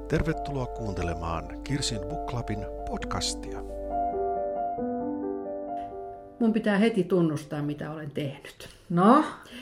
Tervetuloa kuuntelemaan Kirsin Book Clubin podcastia. Mun pitää heti tunnustaa, mitä olen tehnyt. No?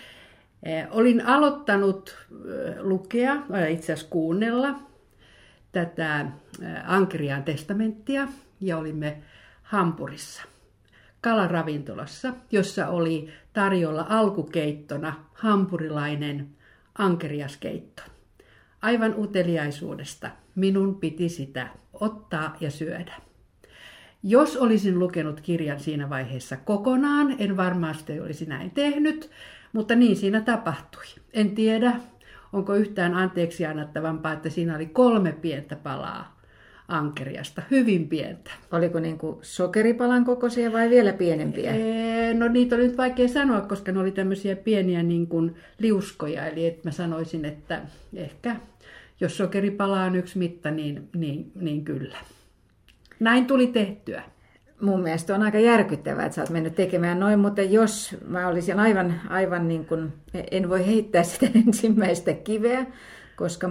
Olin aloittanut lukea, itse asiassa kuunnella, tätä Ankeriaan testamenttia ja olimme Hampurissa kalaravintolassa, jossa oli tarjolla alkukeittona hampurilainen ankeriaskeitto. Aivan uteliaisuudesta minun piti sitä ottaa ja syödä. Jos olisin lukenut kirjan siinä vaiheessa kokonaan, en varmasti olisi näin tehnyt, mutta niin siinä tapahtui. En tiedä, onko yhtään anteeksi annettavampaa, että siinä oli 3 pientä palaa ankeriasta, hyvin pientä. Oliko niinku sokeripalan kokoisia vai vielä pienempiä? No niitä oli nyt vaikea sanoa, koska ne oli tämmöisiä pieniä niin kuin liuskoja, eli että mä sanoisin, että ehkä jos sokeripala on 1 mitta, niin kyllä. Näin tuli tehtyä. Mun mielestä on aika järkyttävää, että sä oot mennyt tekemään noin, mutta jos mä olisin aivan niin kuin, en voi heittää sitä ensimmäistä kiveä, koska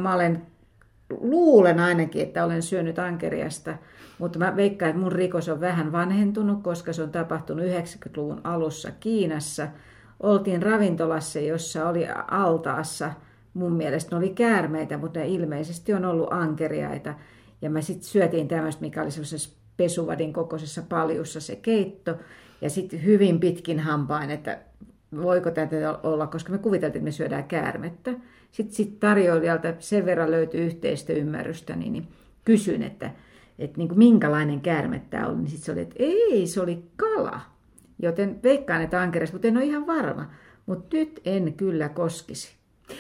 luulen ainakin, että olen syönyt ankeriasta, mutta mä veikkaan, että mun rikos on vähän vanhentunut, koska se on tapahtunut 90-luvun alussa Kiinassa. Oltiin ravintolassa, jossa oli altaassa, mun mielestä ne oli käärmeitä, mutta ne ilmeisesti on ollut ankeriaita. Ja me sitten syötiin tämmöistä, mikä oli sellaisessa pesuvadin kokoisessa paljussa se keitto. Ja sitten hyvin pitkin hampain, että voiko tätä olla, koska me kuviteltiin, että me syödään käärmettä. Sitten tarjoilijalta sen verran löytyi yhteistä ymmärrystä, niin kysyin, että niin kuin minkälainen käärme tämä oli. Niin sitten se oli, että ei, se oli kala. Joten veikkaan, että ankeriasta, mutta en ole ihan varma. Mutta nyt en kyllä koskisi.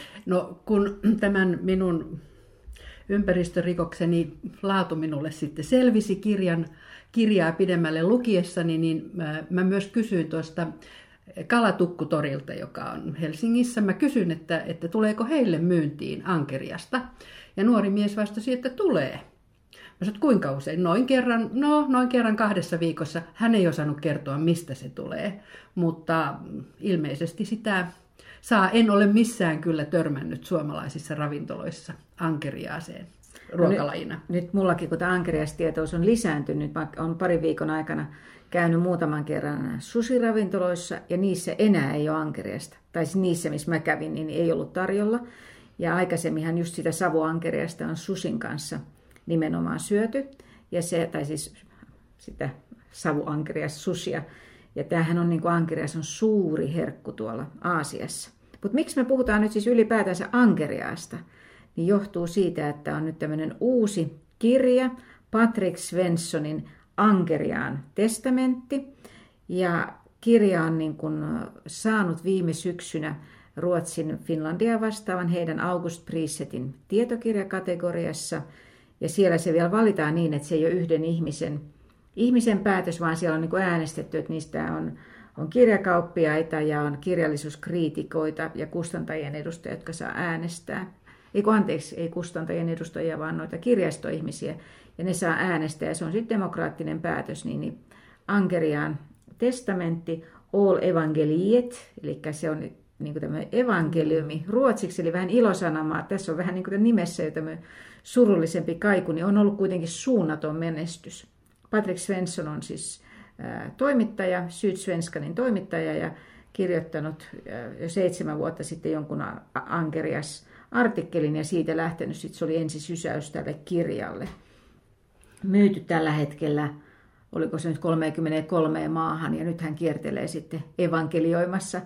No kun tämän minun ympäristörikokseni laatu minulle sitten selvisi kirjaa pidemmälle lukiessani, niin mä myös kysyin tuosta Kalatukkutorilta, joka on Helsingissä. Mä kysyin, että tuleeko heille myyntiin ankeriasta. Ja nuori mies vastasi, että tulee. Mä sanoin, kuinka usein? Noin kerran 2 viikossa. Hän ei osannut kertoa, mistä se tulee, mutta ilmeisesti sitä saa. En ole missään kyllä törmännyt suomalaisissa ravintoloissa ankeriaaseen ruokalajina. Nyt mullakin, kun tämä ankeriastietous on lisääntynyt, on 2 viikon aikana käynyt muutaman kerran sushi-ravintoloissa ja niissä enää ei ole ankeriasta. Tai siis niissä, missä mä kävin, niin ei ollut tarjolla. Ja aikaisemminhan just sitä savuankeriasta on sushin kanssa nimenomaan syöty. Ja tai siis sitä savuankeriasta sushia. Ja tämähän on niin kuin ankerias on suuri herkku tuolla Aasiassa. Mutta miksi me puhutaan nyt siis ylipäätänsä ankeriaasta? Niin johtuu siitä, että on nyt tämmöinen uusi kirja, Patrick Svensonin Ankeriaan testamentti. Ja kirja on niin kuin saanut viime syksynä Ruotsin Finlandia vastaavan heidän August Prisetin tietokirjakategoriassa. Ja siellä se vielä valitaan niin, että se ei ole yhden ihmisen päätös, vaan siellä on niin kuin äänestetty, että niistä on kirjakauppiaita ja on kirjallisuuskriitikoita ja kustantajien edustajia, jotka saa äänestää. Ei kustantajien edustajia, vaan noita kirjastoihmisiä. Ja ne saa äänestää ja se on sitten demokraattinen päätös. Niin Ankeriaan testamentti, All Evangeliet, eli se on niin kuin tämmöinen evankeliumi ruotsiksi, eli vähän ilosanamaa. Tässä on vähän niin kuin nimessä jo tämmöinen surullisempi kaiku, niin on ollut kuitenkin suunnaton menestys. Patrick Svensson on siis toimittaja, Sydsvenskanin toimittaja ja kirjoittanut jo 7 vuotta sitten jonkun Ankerias-artikkelin ja siitä lähtenyt, sitten se oli ensisysäys tälle kirjalle. Myyty tällä hetkellä, oliko se nyt 33 maahan ja nyt hän kiertelee sitten evankelioimassa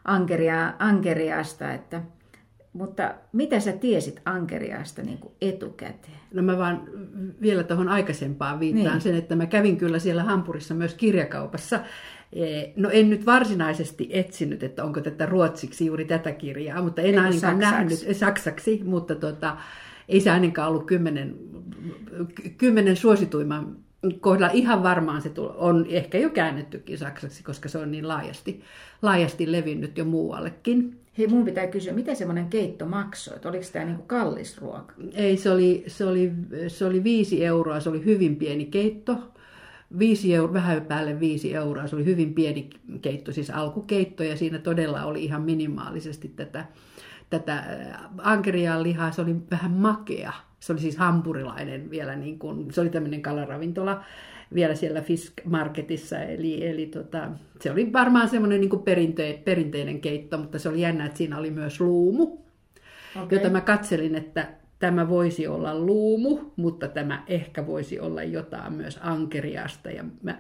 Ankeriasta, mutta mitä sä tiesit ankeriasta niin kuin etukäteen? No mä vaan vielä tuohon aikaisempaan viittaan niin. Sen, että mä kävin kyllä siellä Hampurissa myös kirjakaupassa. No en nyt varsinaisesti etsinyt, että onko tätä ruotsiksi juuri tätä kirjaa, mutta en ainakaan nähnyt saksaksi, mutta ei se ainakaan ollut 10 suosituimman kohdalla. Ihan varmaan se on ehkä jo käännettykin saksaksi, koska se on niin laajasti levinnyt jo muuallekin. Hei, mun pitää kysyä, mitä semmoinen keitto maksoi? Oliko tämä niinku kallis ruoka? Ei, se oli 5 euroa, se oli hyvin pieni keitto. 5 euroa, vähän päälle 5 euroa, se oli hyvin pieni keitto, siis alkukeitto, ja siinä todella oli ihan minimaalisesti tätä ankeriaan lihaa, se oli vähän makea. Se oli siis hampurilainen vielä, niin kuin, se oli tämmöinen kalaravintola vielä siellä Fisk-marketissa, eli se oli varmaan semmoinen niin kuin perinteinen keitto, mutta se oli jännä, että siinä oli myös luumu, jota mä katselin, että tämä voisi olla luumu, mutta tämä ehkä voisi olla jotain myös ankeriasta, ja mä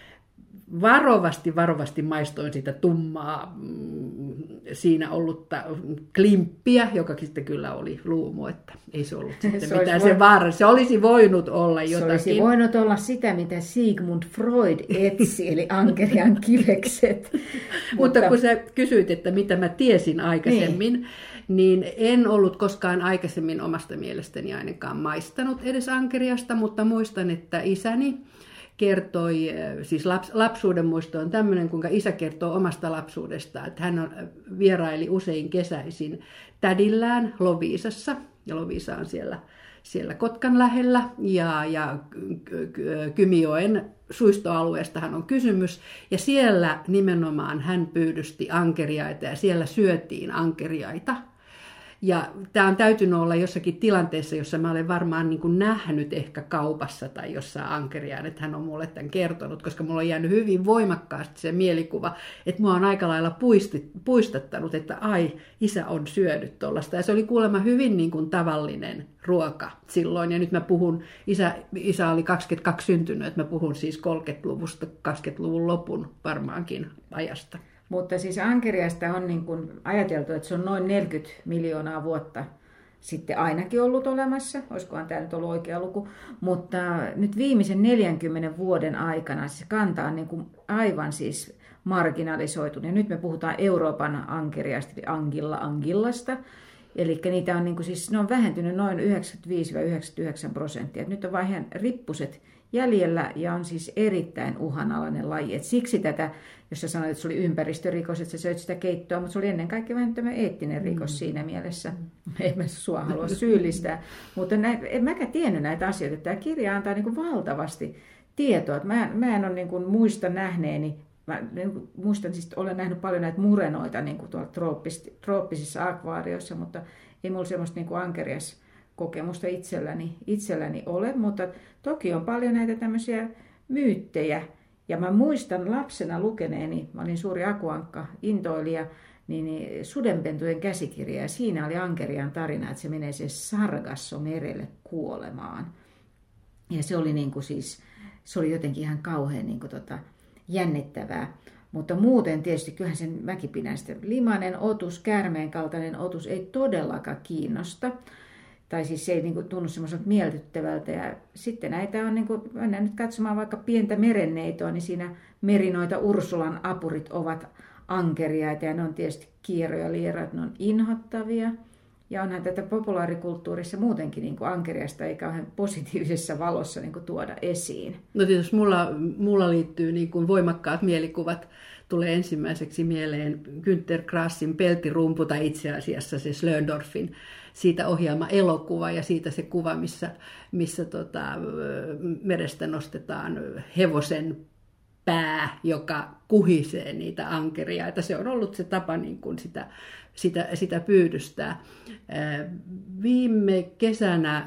varovasti maistoin sitä tummaa siinä ollutta klimppiä, joka sitten kyllä oli luumu, että ei se ollut sitten mitään se vaara. Se olisi voinut olla jotakin. Se olisi voinut olla sitä, mitä Sigmund Freud etsi, eli ankerian kivekset. Mutta kun sä kysyit, että mitä mä tiesin aikaisemmin, niin en ollut koskaan aikaisemmin omasta mielestäni ainakaan maistanut edes ankeriasta, mutta muistan, että isäni kertoi, siis lapsuuden muisto on tämmöinen, kuinka isä kertoo omasta lapsuudestaan, että hän vieraili usein kesäisin tädillään Loviisassa, ja Loviisa on siellä Kotkan lähellä, ja Kymijoen suistoalueestahan on kysymys, ja siellä nimenomaan hän pyydysti ankeriaita, ja siellä syötiin ankeriaita. Ja tämä on täytynyt olla jossakin tilanteessa, jossa mä olen varmaan niin kuin nähnyt ehkä kaupassa tai jossain ankeriaan, että hän on mulle tämän kertonut, koska mulla on jäänyt hyvin voimakkaasti se mielikuva, että mua on aika lailla puistattanut, että ai, isä on syönyt tuollaista. Ja se oli kuulemma hyvin niin kuin tavallinen ruoka silloin. Ja nyt mä puhun, isä oli 22 syntynyt, että mä puhun siis 30-luvusta, 20-luvun lopun varmaankin ajasta. Mutta siis ankeriasta on niin kuin ajateltu, että se on noin 40 miljoonaa vuotta sitten ainakin ollut olemassa. Olisikohan tämä nyt ollut oikea luku. Mutta nyt viimeisen 40 vuoden aikana se kanta on niin kuin aivan siis marginalisoitunut. Ja nyt me puhutaan Euroopan ankeriasta, eli angillasta. Eli niitä on, niin kuin siis, ne on vähentynyt noin 95-99%. Nyt on vain ihan rippuset jäljellä ja on siis erittäin uhanalainen laji. Et siksi tätä, jos sä sanoit, että se oli ympäristörikos, että sä söit sitä keittoa, mutta se oli ennen kaikkea vähän tämä eettinen rikos siinä mielessä. En mä sua halua syyllistää, mutta en mäkään tiennyt näitä asioita. Tämä kirja antaa niin kuin valtavasti tietoa. Mä en ole niin kuin muista nähneeni, muistan siis, olen nähnyt paljon näitä murenoita niin kuin tuolla trooppisissa akvaarioissa, mutta ei mulla semmoista niin kuin ankerias kokemusta itselläni ole, mutta toki on paljon näitä tämmöisiä myyttejä. Ja mä muistan lapsena lukeneeni, mä olin suuri akuankka-intoilija, niin Sudenpentujen käsikirja, ja siinä oli ankerian tarina, että se menee se Sargassomerelle kuolemaan. Ja se oli, niin kuin siis, se oli jotenkin ihan kauhean niin kuin jännittävää. Mutta muuten tietysti kyllähän sen mäkin pidän sitä. Limainen otus, käärmeen kaltainen otus ei todellakaan kiinnosta. Tai siis se ei niin kuin tunnu semmoiselta miellyttävältä. Ja sitten näitä on, niin kuin, mennään nyt katsomaan vaikka pientä merenneitoa, niin siinä merinoita Ursulan apurit ovat ankeriaita. Ja ne on tietysti kieroja, lieroja, ne on inhottavia. Ja onhan tätä populaarikulttuurissa muutenkin niin kuin ankeriasta ei kauhean positiivisessa valossa niin kuin tuoda esiin. No tietysti mulla liittyy niin kuin voimakkaat mielikuvat. Tulee ensimmäiseksi mieleen Günter Grassin Peltirumpu, tai itse asiassa se Slöndorffin siitä ohjaama elokuva ja siitä se kuva, missä merestä nostetaan hevosen pää, joka kuhisee niitä ankeriaita. Se on ollut se tapa niin kuin sitä pyydystää. Viime kesänä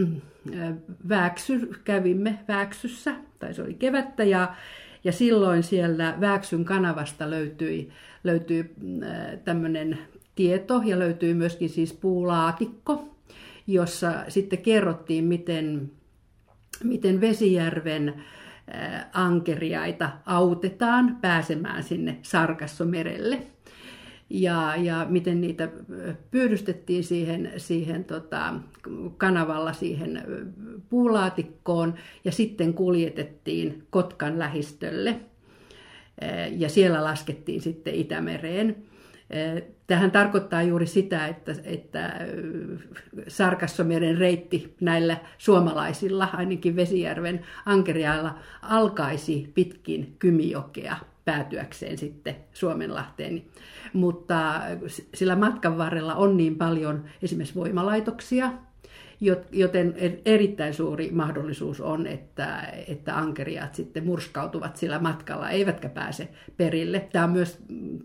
kävimme Vääksyssä, tai se oli kevättä, ja silloin siellä Vääksyn kanavasta löytyi tämmöinen tieto, ja löytyi myöskin siis puulaatikko, jossa sitten kerrottiin, miten Vesijärven ankeriaita autetaan pääsemään sinne Sargassomerelle. Ja miten niitä pyydystettiin siihen kanavalla siihen puulaatikkoon ja sitten kuljetettiin Kotkan lähistölle ja siellä laskettiin sitten Itämereen. Tähän tarkoittaa juuri sitä, että Sargassomeren reitti näillä suomalaisilla, ainakin Vesijärven ankeriailla, alkaisi pitkin Kymijokea päätyäkseen sitten Suomenlahteen. Mutta sillä matkan varrella on niin paljon esimerkiksi voimalaitoksia, joten erittäin suuri mahdollisuus on, että ankeriaat sitten murskautuvat sillä matkalla, eivätkä pääse perille. Tämä on myös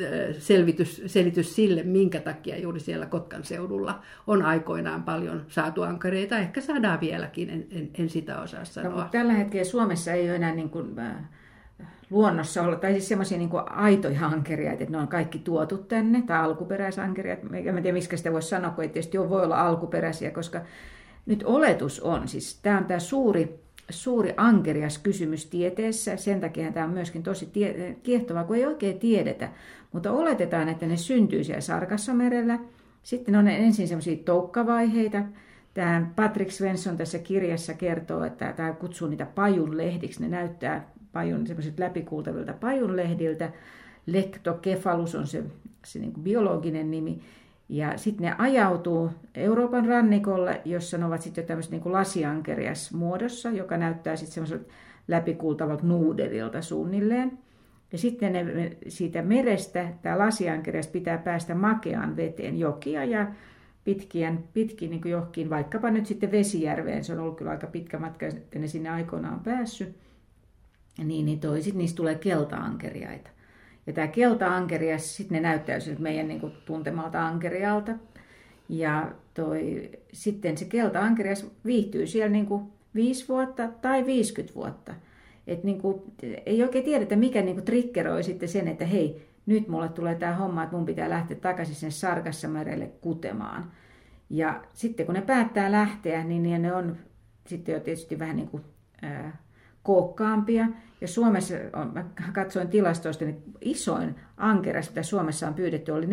selitys sille, minkä takia juuri siellä Kotkan seudulla on aikoinaan paljon saatu ankareita. Ehkä saadaan vieläkin, en sitä osaa sanoa. No, tällä hetkellä Suomessa ei ole enää niin kuin, luonnossa olla, tai siis semmoisia niin kuin aitoja ankeriaita, että ne on kaikki tuotu tänne, tai alkuperäisankeriaita. En tiedä, miksi sitä voisi sanoa, kun ei tietysti voi olla alkuperäisiä, koska nyt oletus on, siis tämä on tämä suuri ankerias kysymys tieteessä, sen takia tämä on myöskin tosi kiehtovaa, kun ei oikein tiedetä, mutta oletetaan, että ne syntyy siellä Sargassomerellä. Sitten on ensin semmoisia toukkavaiheita. Tämä Patrick Svensson tässä kirjassa kertoo, että tämä kutsuu niitä pajunlehdiksi, ne näyttää semmoiset läpikuultavilta pajunlehdiltä. Lectocephalus on se niin kuin biologinen nimi. Ja sitten ne ajautuu Euroopan rannikolle, jossa ne ovat sitten jo tämmöistä niin kuin lasiankerias muodossa, joka näyttää sitten semmoiselta läpikuultavalta nuudelilta suunnilleen. Ja sitten siitä merestä, tämä lasiankerias pitää päästä makeaan veteen, jokia ja pitkin niin kuin johonkin, vaikkapa nyt sitten Vesijärveen, se on ollut kyllä aika pitkä matka, että ne sinne aikoinaan on päässyt, niin sitten niistä tulee kelta-ankeriaita. Ja tämä kelta-ankerias, sitten ne näyttää meidän niin kuin tuntemalta ankerialta. Ja sitten se kelta-ankerias viihtyy siellä niin kuin 5 vuotta tai 50 vuotta. Et niin kuin, ei oikein tiedetä, mikä niin kuin triggeroi sitten sen, että hei, nyt mulle tulee tämä homma, että mun pitää lähteä takaisin sinne Sargassomerelle kutemaan. Ja sitten kun ne päättää lähteä, niin ne on sitten jo tietysti vähän niin kuin kookkaampia. Ja Suomessa, mä katsoin tilastoista, niin isoin ankeras, mitä Suomessa on pyydetty, oli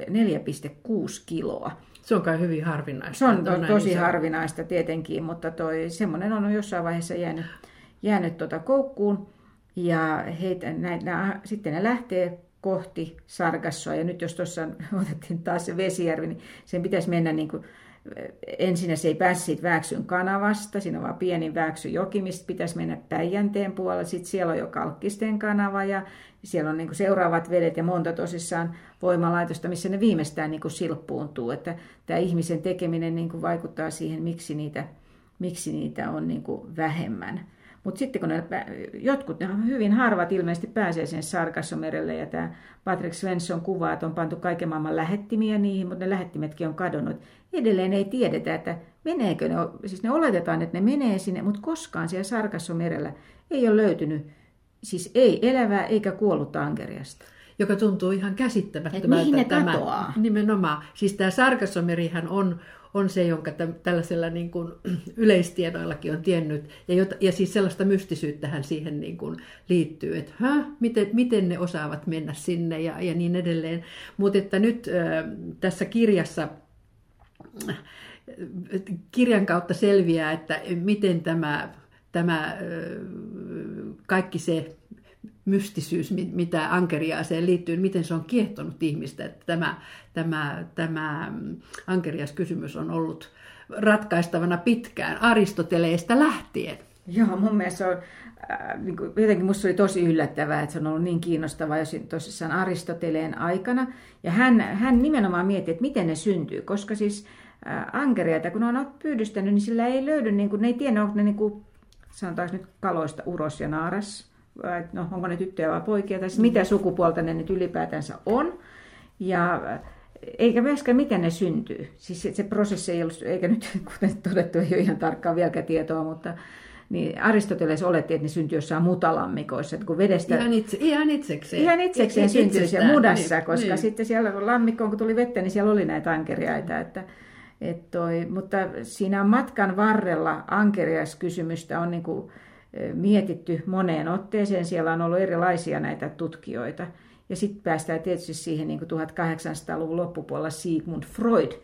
4,6 kiloa. Se on kai hyvin harvinaista. Se on tosi harvinaista tietenkin, mutta semmoinen on jossain vaiheessa jäänyt koukkuun. Ja sitten ne lähtee kohti Sargassoa. Ja nyt jos tuossa otettiin taas se Vesijärvi, niin sen pitäisi mennä niin kuin ensin se ei pääse siitä Vääksyn kanavasta, siinä on vaan pieni Vääksyjoki, mistä pitäisi mennä Päijänteen puolella. Sitten siellä on jo Kalkkisten kanava ja siellä on niin kuin seuraavat vedet ja monta tosissaan voimalaitosta, missä ne viimeistään niin kuin silppuuntuu. Että tämä ihmisen tekeminen niin kuin vaikuttaa siihen, miksi niitä on niin kuin vähemmän. Mutta sitten kun jotkut, hyvin harvat ilmeisesti pääsee sinne Sargassomerelle ja tämä Patrick Svensson kuvaa, että on pantu kaiken maailman lähettimiä niihin, mutta ne lähettimetkin on kadonnut. Edelleen ei tiedetä, että meneekö ne, siis ne oletetaan, että ne menee sinne, mutta koskaan siellä Sargassomerellä ei ole löytynyt, siis ei elävää eikä kuollutta ankeriasta. Joka tuntuu ihan käsittämättömältä. Mihin ne katoaa? Nimenomaan. Siis tämä Sargassomerihän on se, jonka tällaisella niin kuin yleistiedoillakin on tiennyt. Ja siis sellaista mystisyyttähän siihen niin kuin liittyy, että miten ne osaavat mennä sinne ja niin edelleen. Mutta että nyt tässä kirjan kautta selviää, että miten tämä kaikki se mystisyys, mitä ankeriaaseen liittyy, miten se on kiehtonut ihmistä. Että tämä ankeriaskysymys on ollut ratkaistavana pitkään, Aristoteleesta lähtien. Joo, mun mielestä se on, jotenkin musta oli tosi yllättävää, että se on ollut niin kiinnostavaa jo tosissaan Aristoteleen aikana. Ja hän nimenomaan mietti, että miten ne syntyy, koska siis ankeriaita, kun on pyydystänyt, niin sillä ei löydy, niin kuin, ne ei tiedä, onko ne niin kuin, sanotaanko nyt kaloista uros ja naaras, no, onko ne tyttöjä vai poikia, tai siis mitä sukupuolta ne nyt ylipäätänsä on. Ja eikä myöskään miten ne syntyy. Siis se prosessi ei ollut, eikä nyt kuten todettu, ei ole ihan tarkkaan vieläkään tietoa, mutta niin Aristoteles oletti, että ne syntyy jossain mutalammikoissa. Että kun vedestä, ihan itsekseen. Ihan itsekseen syntyy siellä mudassa, niin, koska sitten siellä lammikkoon, kun tuli vettä, niin siellä oli näitä ankeriaita. Mutta siinä matkan varrella ankeriaskysymystä on niin kuin mietitty moneen otteeseen. Siellä on ollut erilaisia näitä tutkijoita. Ja sitten päästään tietysti siihen niin kuin 1800-luvun loppupuolella Sigmund Freud.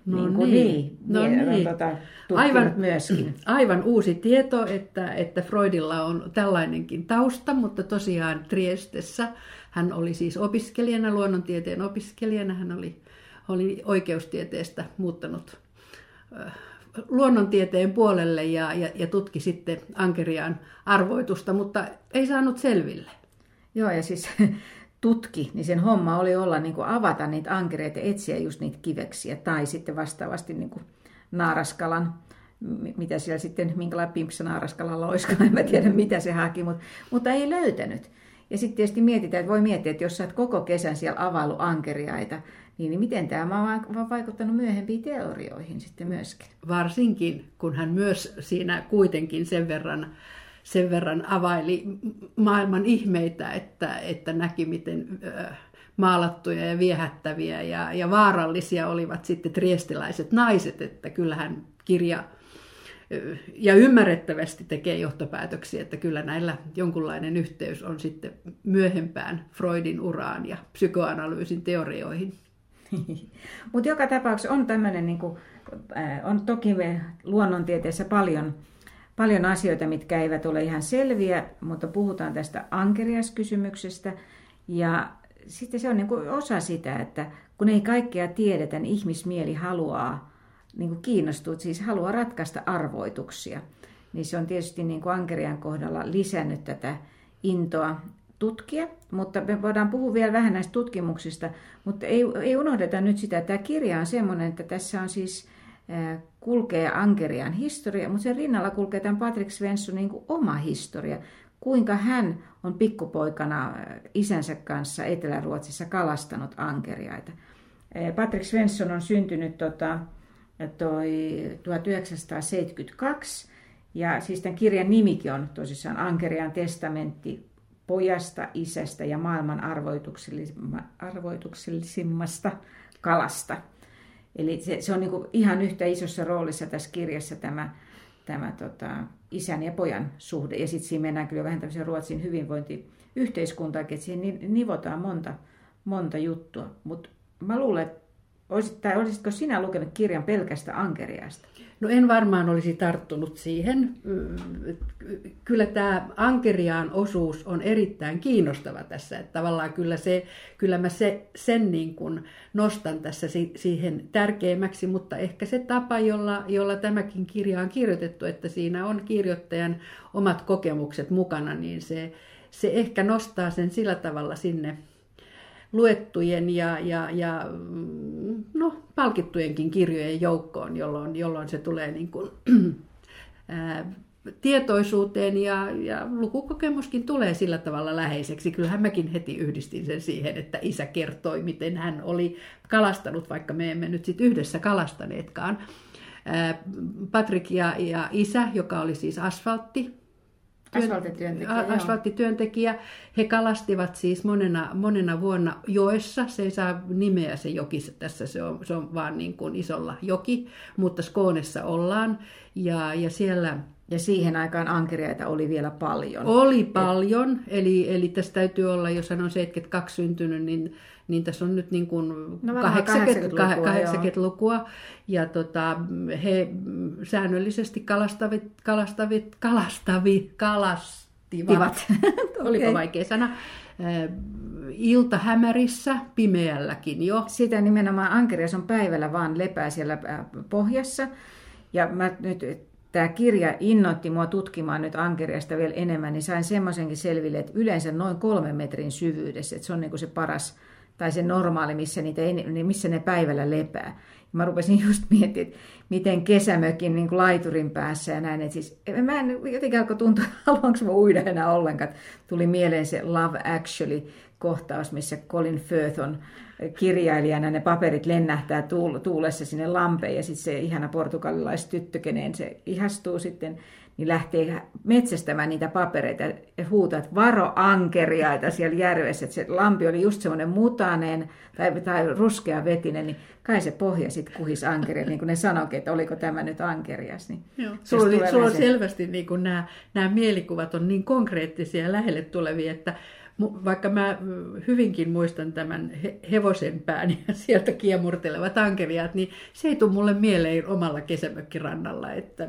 Aivan uusi tieto, että Freudilla on tällainenkin tausta, mutta tosiaan Triestessä hän oli siis opiskelijana, luonnontieteen opiskelijana. Hän oli oikeustieteestä muuttanut luonnontieteen puolelle ja tutki sitten ankeriaan arvoitusta, mutta ei saanut selville. Joo, ja siis tutki, niin sen homma oli olla niin kuin avata niitä ankereita, etsiä just niitä kiveksiä, tai sitten vastaavasti niin kuin naaraskalan, mitä siellä sitten, minkälainen pimpsa naaraskalalla olisikaan, en mä tiedä mitä se haki, mutta ei löytänyt. Ja sitten tietysti mietitään, että voi miettiä, että jos sä oot koko kesän siellä availlut ankeriaita, niin miten tämä on vaikuttanut myöhempiin teorioihin sitten myöskin. Varsinkin, kun hän myös siinä kuitenkin sen verran availi maailman ihmeitä, että näki, miten maalattuja ja viehättäviä ja vaarallisia olivat sitten triestiläiset naiset, että kyllähän kirja ja ymmärrettävästi tekee johtopäätöksiä, että kyllä näillä jonkunlainen yhteys on sitten myöhempään Freudin uraan ja psykoanalyysin teorioihin. Mutta joka tapauksessa on tämmöinen, niin on toki luonnontieteessä paljon asioita, mitkä eivät ole ihan selviä, mutta puhutaan tästä ankeriaskysymyksestä. Ja sitten se on niin kuin osa sitä, että kun ei kaikkea tiedetä, niin ihmismieli haluaa, niin kuin kiinnostuu, siis haluaa ratkaista arvoituksia. Niin se on tietysti niin kuin ankerian kohdalla lisännyt tätä intoa tutkia, mutta me voidaan puhua vielä vähän näistä tutkimuksista, mutta ei unohdeta nyt sitä, että tämä kirja on semmoinen, että tässä on siis kulkee ankerian historia, mutta sen rinnalla kulkee tämän Patrick Svensonin niin kuin oma historia, kuinka hän on pikkupoikana isänsä kanssa Etelä-Ruotsissa kalastanut ankeriaita. Patrick Svensson on syntynyt 1972, ja siis tämän kirjan nimikin on tosissaan Ankerian testamentti pojasta, isästä ja maailman arvoituksellisimmasta kalasta. Eli se on niin kuin ihan yhtä isossa roolissa tässä kirjassa tämä isän ja pojan suhde. Ja sitten siinä mennään kyllä vähän tämmöisen Ruotsin hyvinvointiyhteiskuntaan, että siihen nivotaan monta juttua. Mutta mä luulen, että olisitko sinä lukenut kirjan pelkästä ankeriasta? No en varmaan olisi tarttunut siihen. Kyllä tämä ankeriaan osuus on erittäin kiinnostava tässä. Että tavallaan kyllä mä sen niin kuin nostan tässä siihen tärkeämmäksi, mutta ehkä se tapa, jolla tämäkin kirja on kirjoitettu, että siinä on kirjoittajan omat kokemukset mukana, niin se ehkä nostaa sen sillä tavalla sinne luettujen ja palkittujenkin kirjojen joukkoon, jolloin se tulee niin kuin, tietoisuuteen ja lukukokemuskin tulee sillä tavalla läheiseksi. Kyllähän mäkin heti yhdistin sen siihen, että isä kertoi, miten hän oli kalastanut, vaikka me emme nyt sitten yhdessä kalastaneetkaan. Patrick ja isä, joka oli siis asfalttityöntekijä. He kalastivat siis monena vuonna joessa. Se ei saa nimeä se joki tässä, se on vaan niin kuin isolla joki, mutta Skånessa ollaan. Ja siellä... Ja siihen aikaan ankeriaita oli vielä paljon. Oli paljon, eli tässä täytyy olla, jos hän on 72 syntynyt, niin tässä on nyt niin kuin 80-lukua. Ja he säännöllisesti kalastivat. Olipa vaikea sana. Iltahämärissä, pimeälläkin jo. Sitä nimenomaan ankerias on päivällä vaan lepää siellä pohjassa. Ja tämä kirja innoitti mua tutkimaan nyt ankeriasta vielä enemmän, niin sain semmoisenkin selville, että yleensä noin 3 metrin syvyydessä, että se on niin kuin se paras tai se normaali, missä ne päivällä lepää. Ja mä rupesin just miettimään, että miten kesämökin niin kuin laiturin päässä ja näin. Että siis, mä en jotenkin alkoi tuntua, haluanko mä uida enää ollenkaan. Tuli mieleen se Love Actually-kohtaus, missä Colin Firth on kirjailijana, ne paperit lennähtää tuulessa sinne lampeen ja sitten se ihana portugalilaistyttö, keneen se ihastuu sitten, niin lähtee metsästämään niitä papereita ja huutaa, että varo ankeriaita siellä järvessä. Että se lampi oli just semmoinen mutainen tai ruskea vetinen, niin kai se pohja sitten kuhisi ankeriaita, niin kuin ne sanoikin, että oliko tämä nyt ankerias. Niin sulla on selvästi niin kuin nämä mielikuvat on niin konkreettisia ja lähelle tulevia, että vaikka mä hyvinkin muistan tämän hevosen pään ja sieltä kiemurtelevat ankeriaat, niin se ei tule mulle mieleen omalla kesämökkirannalla. Että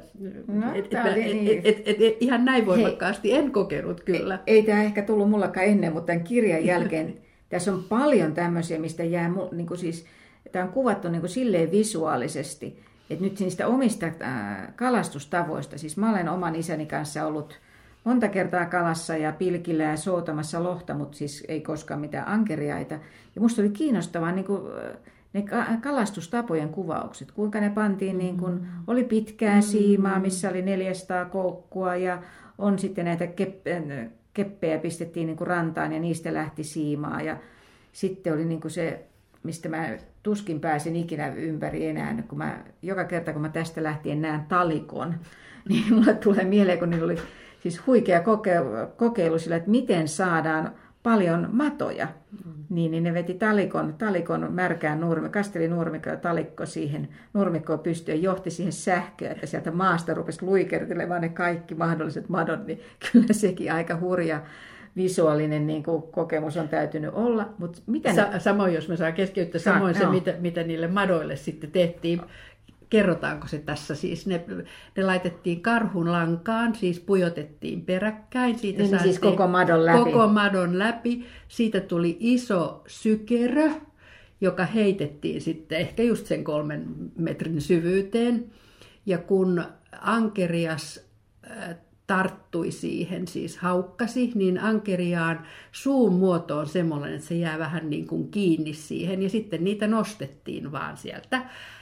ihan näin voimakkaasti en kokenut kyllä. Ei tämä ehkä tullut mullakaan ennen, mutta tämän kirjan jälkeen tässä on paljon tämmöisiä, mistä jää, niin kuin siis, tämä on kuvattu niin kuin silleen visuaalisesti, että nyt niistä omista kalastustavoista, siis mä olen oman isäni kanssa ollut monta kertaa kalassa ja pilkillä ja soutamassa lohta, mutta siis ei koskaan mitään ankeriaita. Ja musta oli kiinnostavaa niin kuin ne kalastustapojen kuvaukset, kuinka ne pantiin, niin kuin, oli pitkää siimaa, missä oli 400 koukkua ja on sitten näitä keppejä pistettiin niin kuin rantaan ja niistä lähti siimaa. Ja sitten oli niin kuin se, mistä mä tuskin pääsin ikinä ympäri enää, kun joka kerta kun mä tästä lähtien näen talikon, niin mulle tulee mieleen, kun niillä oli siis huikea kokeilu sillä, että miten saadaan paljon matoja. Niin ne veti talikon märkään kasteli nurmikko ja talikko siihen nurmikkoon pystyyn ja johti siihen sähköä, että sieltä maasta rupesi luikertelemaan ne kaikki mahdolliset madot, niin kyllä sekin aika hurja visuaalinen niin kuin kokemus on täytynyt olla. Mutta samoin, jos mä saan keskeyttää, samoin se, mitä niille madoille sitten tehtiin. Kerrotaanko se tässä? Siis ne laitettiin karhun lankaan, siis pujotettiin peräkkäin. Siitä niin siis koko madon läpi. Koko madon läpi. Siitä tuli iso sykerö, joka heitettiin sitten ehkä just sen 3 metrin syvyyteen. Ja kun ankerias tarttui siihen, siis haukkasi, niin ankeriaan suun muoto on semmoinen, että se jää vähän niin kuin kiinni siihen. Ja sitten niitä nostettiin vaan sieltä.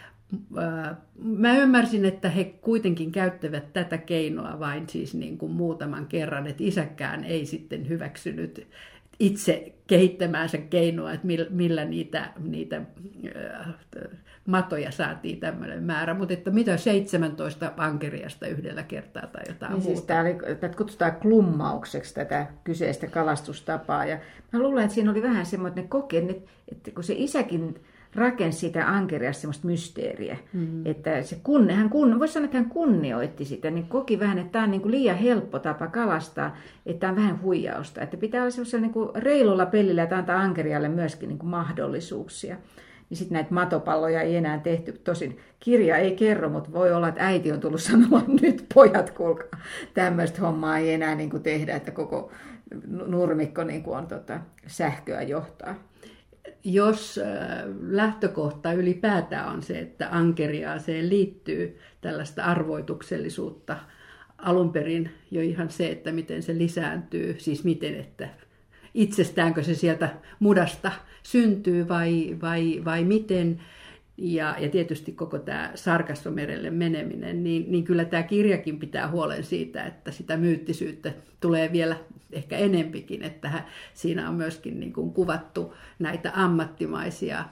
Mä ymmärsin, että he kuitenkin käyttävät tätä keinoa vain siis niin kuin muutaman kerran, että isäkään ei sitten hyväksynyt itse kehittämäänsä keinoa, että millä niitä matoja saatiin tämmöinen määrä, mutta että mitä 17 ankeriasta yhdellä kertaa tai jotain niin muuta. Siis tätä kutsutaan klummaukseksi tätä kyseistä kalastustapaa ja mä luulen, että siinä oli vähän semmoinen että kun se isäkin rakensi sitä ankeriasta semmoista mysteeriä. Että se voisi sanoa, että hän kunnioitti sitä, niin koki vähän, että tämä on niin kuin liian helppo tapa kalastaa, että tämä on vähän huijausta. Että pitää olla semmoisella niin kuin reilulla pelillä, että antaa ankerialle myöskin niin kuin mahdollisuuksia. Niin sitten näitä matopalloja ei enää tehty. Tosin kirja ei kerro, mutta voi olla, että äiti on tullut sanomaan, nyt pojat, kuulkaa, tämmöistä hommaa ei enää niin kuin tehdä, että koko nurmikko niin kuin on sähköä johtaa. Jos lähtökohta ylipäätään on se, että ankeriaaseen liittyy tällaista arvoituksellisuutta, alun perin jo ihan se, että miten se lisääntyy, siis miten, että itsestäänkö se sieltä mudasta syntyy vai miten, ja tietysti koko tämä Sargassomerelle meneminen, niin kyllä tämä kirjakin pitää huolen siitä, että sitä myyttisyyttä tulee vielä ehkä enempikin, että siinä on myöskin niin kuin kuvattu näitä ammattimaisia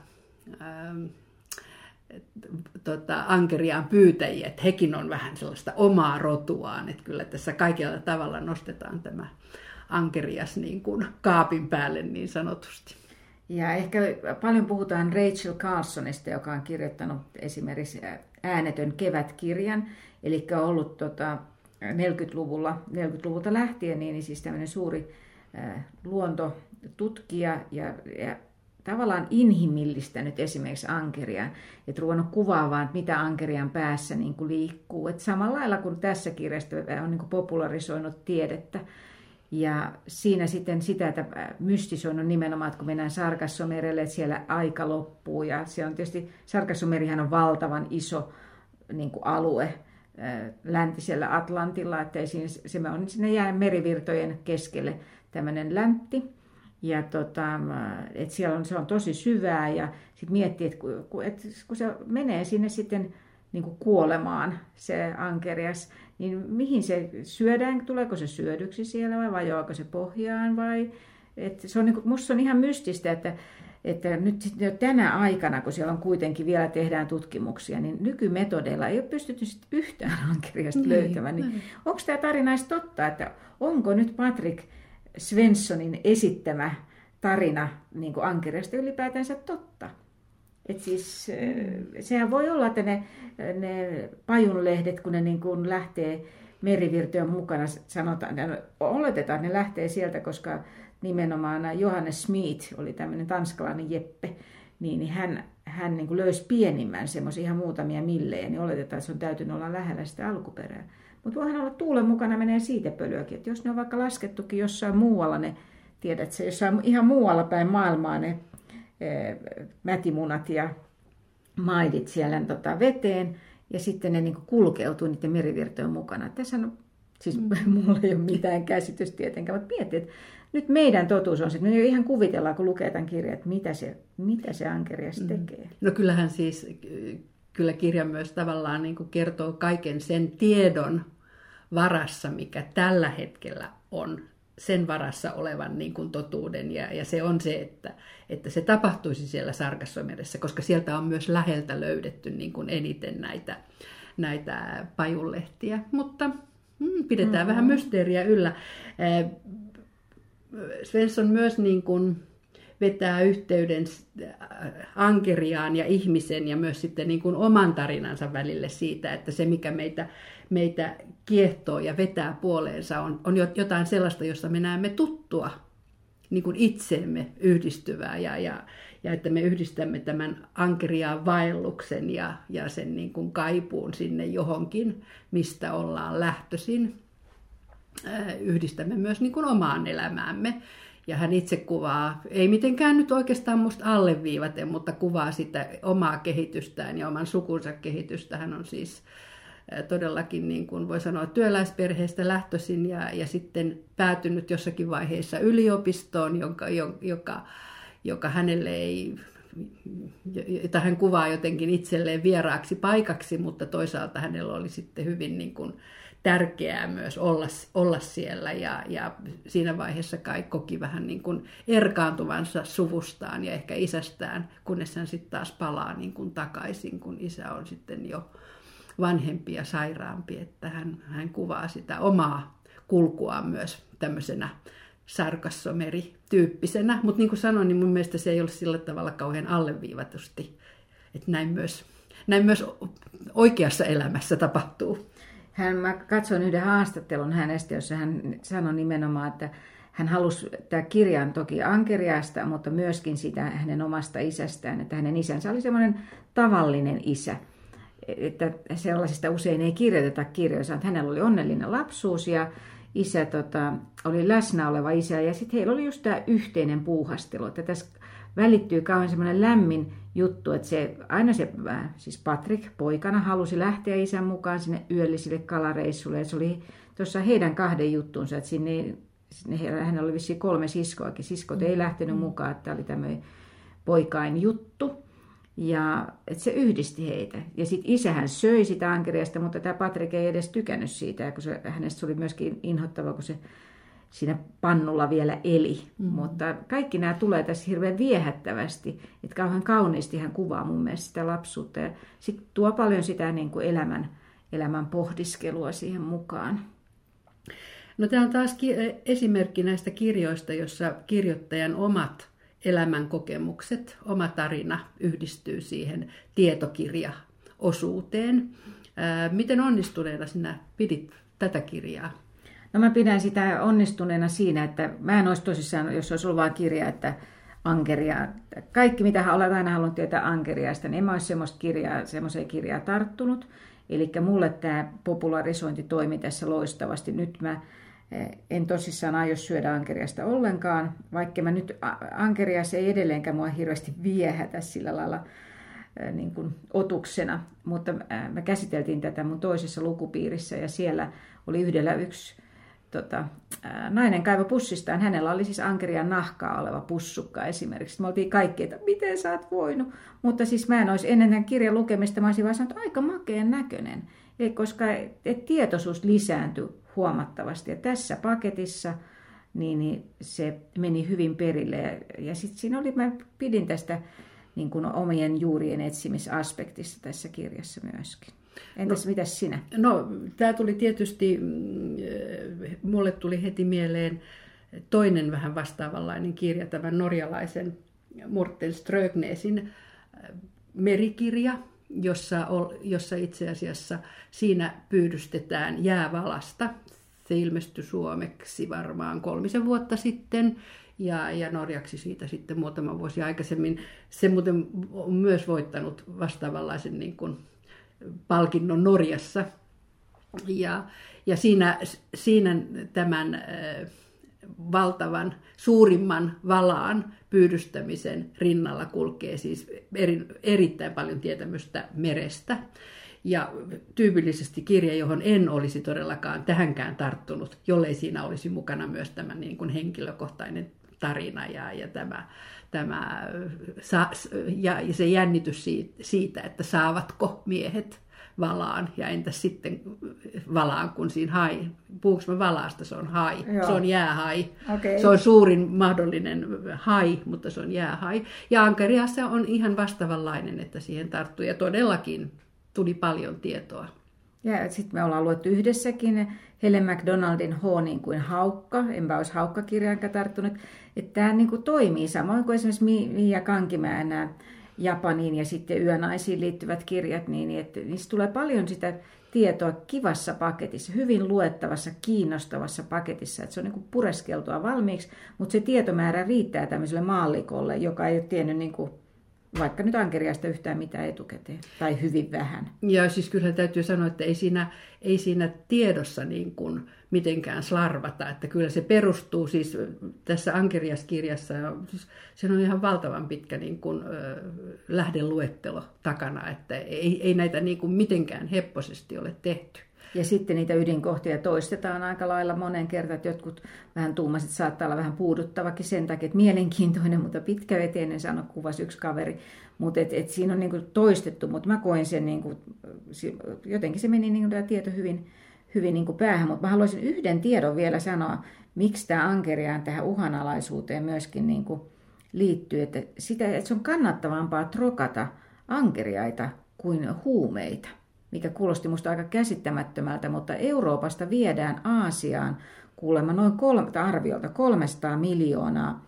ankeriaan pyytäjiä, että hekin on vähän sellaista omaa rotuaan, että kyllä tässä kaikella tavalla nostetaan tämä ankerias niin kuin kaapin päälle niin sanotusti. Ja ehkä paljon puhutaan Rachel Carlsonista, joka on kirjoittanut esimerkiksi Äänetön kevätkirjan, eli on ollut 40-luvulta lähtien niin siis tämmöinen suuri luontotutkija ja tavallaan inhimillistänyt esimerkiksi ankeriaan, että ruvennut kuvaamaan, että mitä ankeriaan päässä niin kuin liikkuu. Että samalla lailla kuin tässä kirjassa on niin kuin popularisoinut tiedettä. Ja siinä sitten sitä, että mystisoinut nimenomaan, että kun mennään Sargassomerelle, että siellä aika loppuu. Ja se on tietysti, Sargassomerihan on valtavan iso niin kuin alue läntisellä Atlantilla, että se on sinne jää merivirtojen keskelle tämmöinen läntti. Ja että siellä se on tosi syvää ja sitten miettii, että kun se menee sinne sitten niin kuin kuolemaan, se ankerias, niin mihin se syödään, tuleeko se syödyksi siellä vai vajoako se pohjaan vai, että se on niin kuin, musta se on ihan mystistä, että nyt jo tänä aikana, kun siellä on kuitenkin vielä tehdään tutkimuksia, niin nykymetodeilla ei ole pystytty yhtään ankeriasta löytämään. Niin onko tämä tarina edes totta, että onko nyt Patrick Svensonin esittämä tarina niin kuin ankeriasta ylipäätänsä totta? Et siis, sehän voi olla, että ne pajunlehdet, kun ne niin kuin lähtee merivirtojen mukana, oletetaan, että ne lähtee sieltä, koska nimenomaan Johannes Smith oli tämmöinen tanskalainen jeppe, niin hän niin kuin löysi pienimmän, semmoisia ihan muutamia millejä, niin oletetaan, että se on täytynyt olla lähellä sitä alkuperää. Mutta voihan olla tuulen mukana menee siitepölyäkin, että jos ne on vaikka laskettukin jossain muualla, ne tiedät se, jossain ihan muualla päin maailmaa ne mätimunat ja maidit siellä veteen ja sitten ne niin kuin kulkeutuu niiden merivirtojen mukana. Tässä on, siis mulla ei ole mitään käsitystä tietenkään, mutta mietin, että nyt meidän totuus on se, että me ihan kuvitellaan, kun lukee tämän kirjan, että mitä se ankerias tekee. No kyllähän siis, kyllä kirja myös tavallaan niin kuin kertoo kaiken sen tiedon varassa, mikä tällä hetkellä on sen varassa olevan niin kuin totuuden, ja se on se, että se tapahtuisi siellä Sargassomeressä, koska sieltä on myös läheltä löydetty niin kuin eniten näitä pajunlehtiä, mutta pidetään vähän mysteeriä yllä. Svensson myös niin kuin vetää yhteyden ankeriaan ja ihmisen ja myös sitten niin kuin oman tarinansa välille siitä, että se mikä meitä kiehtoo ja vetää puoleensa on jotain sellaista, jossa me näemme tuttua niin kuin itseemme yhdistyvää ja että me yhdistämme tämän ankeriaan vaelluksen ja sen niin kuin kaipuun sinne johonkin, mistä ollaan lähtöisin. Yhdistämme myös niin kuin omaan elämäämme. Ja hän itse kuvaa, ei mitenkään nyt oikeastaan musta alleviivaten, mutta kuvaa sitä omaa kehitystään ja oman sukunsa kehitystä. Hän on siis todellakin, niin kuin voi sanoa, työläisperheestä lähtöisin ja sitten päätynyt jossakin vaiheessa yliopistoon, joka hänelle ei, jota hän kuvaa jotenkin itselleen vieraaksi paikaksi, mutta toisaalta hänellä oli sitten hyvin niin kuin tärkeää myös olla siellä ja siinä vaiheessa kai koki vähän niin kuin erkaantuvansa suvustaan ja ehkä isästään, kunnes hän sitten taas palaa niin kuin takaisin, kun isä on sitten jo vanhempi ja sairaampi, että hän kuvaa sitä omaa kulkuaan myös tämmöisenä Sargassomeri-tyyppisenä, mutta niin kuin sanoin, niin mun mielestä se ei ole sillä tavalla kauhean alleviivatusti, että näin myös oikeassa elämässä tapahtuu. Mä katsoin yhden haastattelun hänestä, jossa hän sanoi nimenomaan, että hän halusi tämä kirjan toki ankeriasta, mutta myöskin sitä hänen omasta isästään, että hänen isänsä oli semmoinen tavallinen isä. Että sellaisista usein ei kirjoiteta kirjoissa, että hänellä oli onnellinen lapsuus ja isä oli läsnä oleva isä ja sitten heillä oli just tämä yhteinen puuhastelu, että tässä välittyy kauhean semmoinen lämmin juttu, että siis Patrick poikana halusi lähteä isän mukaan sinne yöllisille kalareissulle ja se oli tuossa heidän kahden juttuunsa, että hänellä oli vissiin 3 siskoakin, siskot ei lähtenyt mukaan, että tämä oli tämmöinen poikain juttu. Ja että se yhdisti heitä. Ja sitten isähän söi sitä ankeriasta, mutta tämä Patrick ei edes tykännyt siitä, kun hänestä oli myöskin inhottava, kun se siinä pannulla vielä eli. Mutta kaikki nämä tulee tässä hirveän viehättävästi, että kauhean kauniisti hän kuvaa mun mielestä sitä lapsuutta. Ja sitten tuo paljon sitä niin kuin elämän pohdiskelua siihen mukaan. No tämä on taas esimerkki näistä kirjoista, jossa kirjoittajan omat elämän kokemukset, oma tarina yhdistyy siihen tietokirjaosuuteen. Miten onnistuneena sinä pidit tätä kirjaa? No mä pidän sitä onnistuneena siinä, että mä en olisi tosissaan, jos olisi ollut vain kirja, että ankeria, kaikki mitä olet aina halunnut tietää ankeriasta, niin en mä olisi semmoiseen kirjaa tarttunut. Eli mulle tämä popularisointi toimi tässä loistavasti. Nyt mä en tosissaan aio syödä ankeriasta ollenkaan, vaikka mä nyt ankerias ei edelleenkään mua hirveästi viehätä sillä lailla niin kuin otuksena, mutta me käsiteltiin tätä mun toisessa lukupiirissä ja siellä oli yhdellä yksi nainen kaivo pussistaan, hänellä oli siis ankerian nahkaa oleva pussukka esimerkiksi. Me oltiin kaikki, että miten sä oot voinut, mutta siis mä en olisi ennen tämän kirjan lukemista, mä olisin vaan sanonut, aika makeen näköinen, koska tietoisuus lisääntyi huomattavasti. Ja tässä paketissa niin se meni hyvin perille. Ja sitten siinä oli, mä pidin tästä niin kuin omien juurien etsimisaspektista tässä kirjassa myöskin. Entäs mitäs sinä? No, tämä tuli tietysti, mulle tuli heti mieleen toinen vähän vastaavanlainen kirja, tämän norjalaisen Morten Strögnesin merikirja, jossa itse asiassa siinä pyydystetään jäävalasta. Se ilmestyi suomeksi varmaan 3 vuotta sitten ja norjaksi siitä sitten muutama vuosi aikaisemmin. Se muuten on myös voittanut vastaavanlaisen niin kuin palkinnon Norjassa. Ja siinä tämän valtavan suurimman valaan pyydystämisen rinnalla kulkee siis erittäin paljon tietämystä merestä. Ja tyypillisesti kirja, johon en olisi todellakaan tähänkään tarttunut, jollei siinä olisi mukana myös tämä niin kuin henkilökohtainen tarina ja se jännitys siitä, että saavatko miehet valaan, ja entäs sitten valaan, kun siinä hai. Puhunko mä valaasta? Se on hai. Joo. Se on jäähai. Okay. Se on suurin mahdollinen hai, mutta se on jäähai. Ja ankeriassa on ihan vastaavanlainen, että siihen tarttuu. Ja todellakin tuli paljon tietoa. Ja sitten me ollaan luettu yhdessäkin Helen McDonaldin H niin kuin haukka. Enpä olisi haukkakirjaankaan tarttunut. Että tämä niin kuin toimii samoin kuin esimerkiksi Mia Kankimäen nämä Japaniin ja sitten yönaisiin liittyvät kirjat, niin että niistä tulee paljon sitä tietoa kivassa paketissa, hyvin luettavassa, kiinnostavassa paketissa, että se on niin kuin pureskeltua valmiiksi, mutta se tietomäärä riittää tämmöiselle maallikolle, joka ei ole tiennyt niin kuin vaikka nyt ankeriasta yhtään mitään etukäteen, tai hyvin vähän. Ja siis kyllä täytyy sanoa, että ei siinä tiedossa niin kuin mitenkään slarvata, että kyllä se perustuu siis tässä ankeriaskirjassa, siis se on ihan valtavan pitkä niin kuin, lähdeluettelo takana, että ei näitä niin kuin mitenkään hepposesti ole tehty. Ja sitten niitä ydinkohtia toistetaan aika lailla monen kertaan, että jotkut vähän tuumasit saattaa olla vähän puuduttavakin sen takia, että mielenkiintoinen, mutta pitkäveteinen sanoi, kuvasi yksi kaveri. Mutta et siinä on niinku toistettu, mutta mä koin sen, niinku, jotenkin se meni niinku tämä tieto hyvin niinku päähän. Mutta mä haluaisin yhden tiedon vielä sanoa, miksi tämä ankeriaan tähän uhanalaisuuteen myöskin niinku liittyy. Että se on kannattavampaa trokata ankeriaita kuin huumeita, mikä kuulosti musta aika käsittämättömältä, mutta Euroopasta viedään Aasiaan kuulemma noin arviolta 300 miljoonaa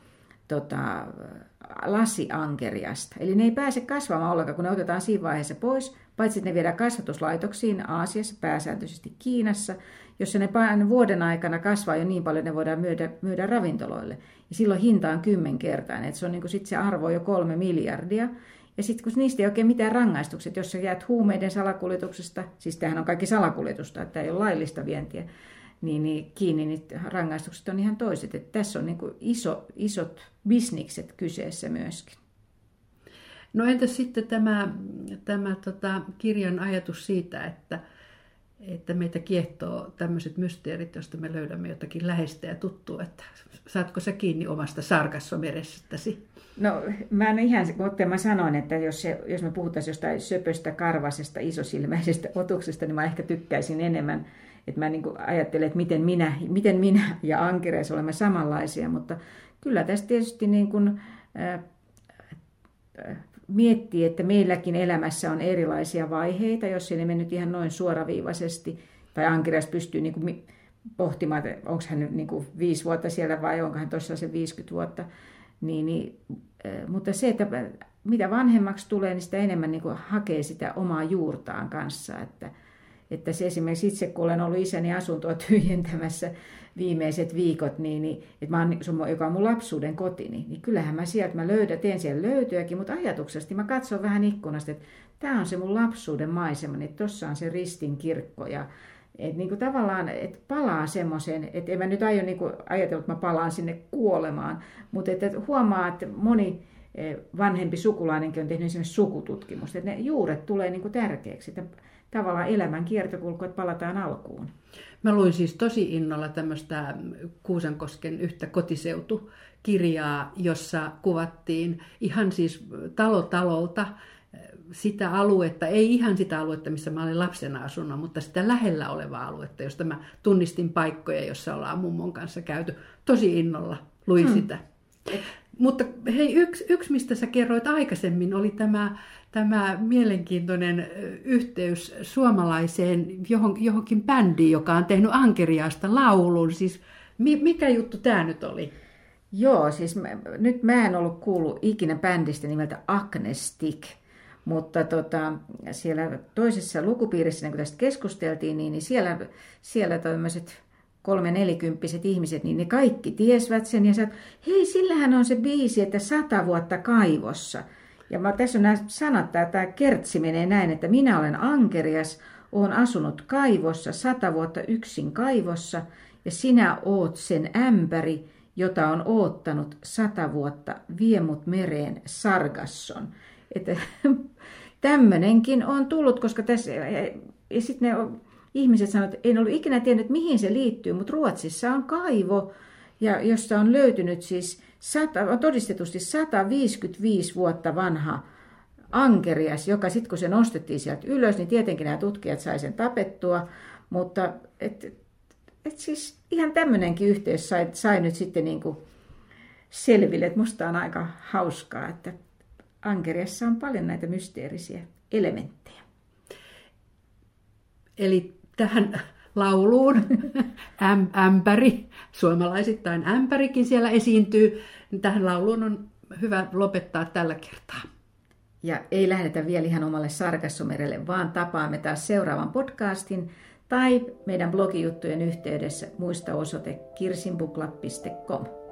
lasiankeriasta. Eli ne ei pääse kasvamaan ollenkaan, kun ne otetaan siinä vaiheessa pois, paitsi että ne viedään kasvatuslaitoksiin Aasiassa, pääsääntöisesti Kiinassa, jossa ne vuoden aikana kasvaa jo niin paljon, että ne voidaan myydä ravintoloille. Ja silloin hinta on 10-kertainen, että se on niin kuin sit se arvo jo 3 miljardia. Ja sitten kun niistä ei oikein mitään rangaistukset, jos sä jäät huumeiden salakuljetuksesta, siis tämähän on kaikki salakuljetusta, että ei ole laillista vientiä, niin kiinni, niin rangaistukset on ihan toiset. Että tässä on niin kuin isot bisnikset kyseessä myöskin. No entäs sitten tämä kirjan ajatus siitä, että meitä kiehtoo tämmöiset mysteerit, joista me löydämme jotakin läheistä ja tuttua, että saatko sä kiinni omasta sarkassomeressäsi? No mä en ihan, kuten mä sanoin, että jos me puhutaan jostain söpöstä, karvasesta, isosilmäisestä otuksesta, niin mä ehkä tykkäisin enemmän, että mä niin kuin ajattelen, että miten minä ja ankereis olemme samanlaisia, mutta kyllä tässä tietysti niin kuin, miettii, että meilläkin elämässä on erilaisia vaiheita, jos ei ne mennyt ihan noin suoraviivaisesti, tai ankereis pystyy niin kuin pohtimaan, että onko hän nyt niin kuin 5 vuotta siellä vai onko hän tosiaan se 50 vuotta. Mutta se, että mitä vanhemmaksi tulee, niin sitä enemmän niin kuin hakee sitä omaa juurtaan kanssa. Että se esimerkiksi itse, kun olen ollut isäni asuntoa tyhjentämässä viimeiset viikot, joka on mun lapsuuden kotini, niin kyllähän mä sieltä teen siellä löytöjäkin, mutta ajatuksesti mä katson vähän ikkunasta, että tämä on se mun lapsuuden maisema, että tuossa on se Ristin kirkko ja että niin kuin tavallaan, että palaa semmoiseen, että en mä nyt aio niin kuin ajatella, että mä palaan sinne kuolemaan, mutta että huomaa, että moni vanhempi sukulainenkin on tehnyt esimerkiksi sukututkimusta, että ne juuret tulee niin kuin tärkeäksi, että tavallaan elämän kiertokulku, että palataan alkuun. Mä luin siis tosi innolla tämmöistä Kuusankosken yhtä kotiseutukirjaa, jossa kuvattiin ihan siis talolta sitä aluetta, ei ihan sitä aluetta, missä mä olin lapsena asunut, mutta sitä lähellä olevaa aluetta, josta mä tunnistin paikkoja, jossa ollaan mummon kanssa käyty. Tosi innolla luin sitä. Mutta hei, yksi, mistä sä kerroit aikaisemmin, oli tämä mielenkiintoinen yhteys suomalaiseen johonkin bändiin, joka on tehnyt ankeriaasta laulun. Siis mikä juttu tämä nyt oli? Joo, siis nyt mä en ollut kuullut ikinä bändistä nimeltä Agnestic, mutta siellä toisessa lukupiirissä, kun tästä keskusteltiin, niin siellä tämmöiset 3-40 ihmiset, niin ne kaikki tiesivät sen ja sanoivat, hei, sillähän on se biisi, että 100 vuotta kaivossa. Ja tässä on nämä sanat, tämä kertsi menee näin, että minä olen ankerias, olen asunut kaivossa 100 vuotta yksin kaivossa, ja sinä oot sen ämpäri, jota on oottanut 100 vuotta, vie mut mereen Sargasson. Että tämmöinenkin on tullut, koska tässä, ja sitten ne ihmiset sanoivat, että en ollut ikinä tiennyt, mihin se liittyy, mutta Ruotsissa on kaivo, jossa on löytynyt siis on todistetusti 155 vuotta vanha ankerias, joka sitten kun se nostettiin sieltä ylös, niin tietenkin nämä tutkijat sai sen tapettua, mutta siis ihan tämmöinenkin yhteys sai nyt sitten niin kuin selville, että musta on aika hauskaa, että ankeriassa on paljon näitä mysteerisiä elementtejä. Eli tähän lauluun ämpäri, suomalaisittain ämpärikin siellä esiintyy, niin tähän lauluun on hyvä lopettaa tällä kertaa. Ja ei lähdetä vielä ihan omalle sarkassomerelle, vaan tapaamme taas seuraavan podcastin tai meidän blogijuttujen yhteydessä. Muista osoite kirsinbuklap.com.